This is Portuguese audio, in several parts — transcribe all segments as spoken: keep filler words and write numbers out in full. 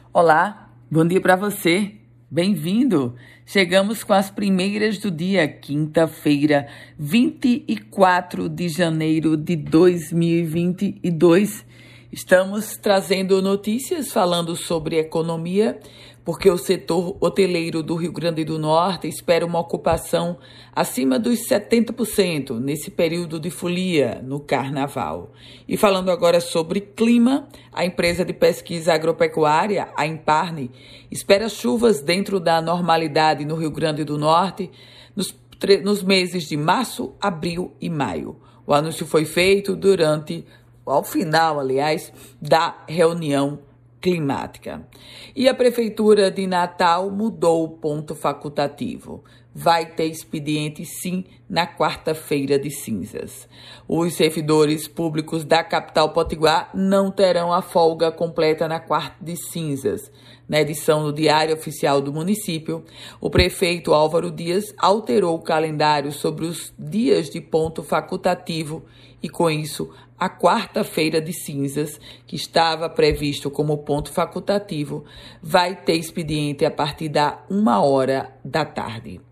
Olá, bom dia para você. Bem-vindo. Chegamos com as primeiras do dia, quinta-feira, vinte e quatro de janeiro de dois mil e vinte e dois. Estamos trazendo notícias falando sobre economia, porque o setor hoteleiro do Rio Grande do Norte espera uma ocupação acima dos setenta por cento nesse período de folia no Carnaval. E falando agora sobre clima, a empresa de pesquisa agropecuária, a Imparne, espera chuvas dentro da normalidade no Rio Grande do Norte nos, nos meses de março, abril e maio. O anúncio foi feito durante ao final, aliás, da reunião climática. E a Prefeitura de Natal mudou o ponto facultativo. Vai ter expediente, sim, na quarta-feira de cinzas. Os servidores públicos da capital potiguar não terão a folga completa na quarta de cinzas. Na edição do Diário Oficial do município, o prefeito Álvaro Dias alterou o calendário sobre os dias de ponto facultativo e, com isso, a quarta-feira de cinzas, que estava previsto como ponto facultativo, vai ter expediente a partir da uma hora da tarde.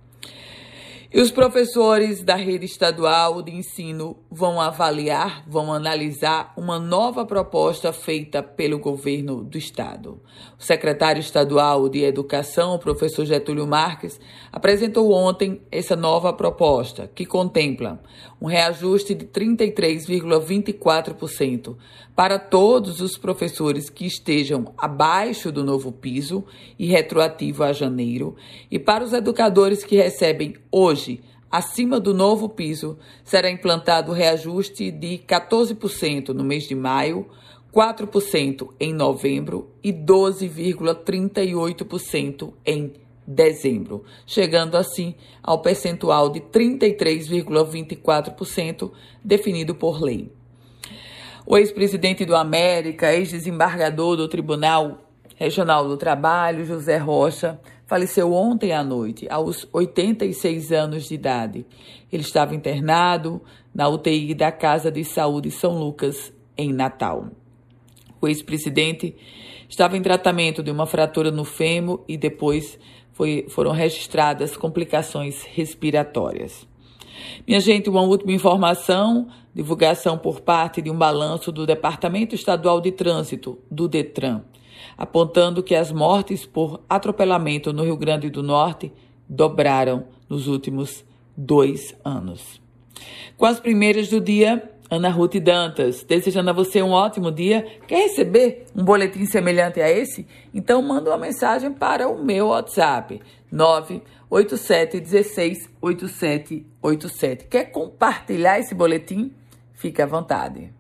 E os professores da rede estadual de ensino vão avaliar, vão analisar uma nova proposta feita pelo governo do estado. O secretário estadual de Educação, o professor Getúlio Marques, apresentou ontem essa nova proposta, que contempla um reajuste de trinta e três vírgula vinte e quatro por cento para todos os professores que estejam abaixo do novo piso e retroativo a janeiro, e para os educadores que recebem hoje acima do novo piso, será implantado o reajuste de quatorze por cento no mês de maio, quatro por cento em novembro e doze vírgula trinta e oito por cento em dezembro, chegando assim ao percentual de trinta e três vírgula vinte e quatro por cento definido por lei. O ex-presidente do América, ex-desembargador do Tribunal Regional do Trabalho, José Rocha, faleceu ontem à noite, aos oitenta e seis anos de idade. Ele estava internado na U T I da Casa de Saúde São Lucas, em Natal. O ex-presidente estava em tratamento de uma fratura no fêmur e depois foi, foram registradas complicações respiratórias. Minha gente, uma última informação, divulgação por parte de um balanço do Departamento Estadual de Trânsito, do DETRAN, apontando que as mortes por atropelamento no Rio Grande do Norte dobraram nos últimos dois anos. Com as primeiras do dia, Ana Ruth Dantas, desejando a você um ótimo dia. Quer receber um boletim semelhante a esse? Então manda uma mensagem para o meu WhatsApp, nove oito sete um seis oito sete oito sete. Quer compartilhar esse boletim? Fique à vontade.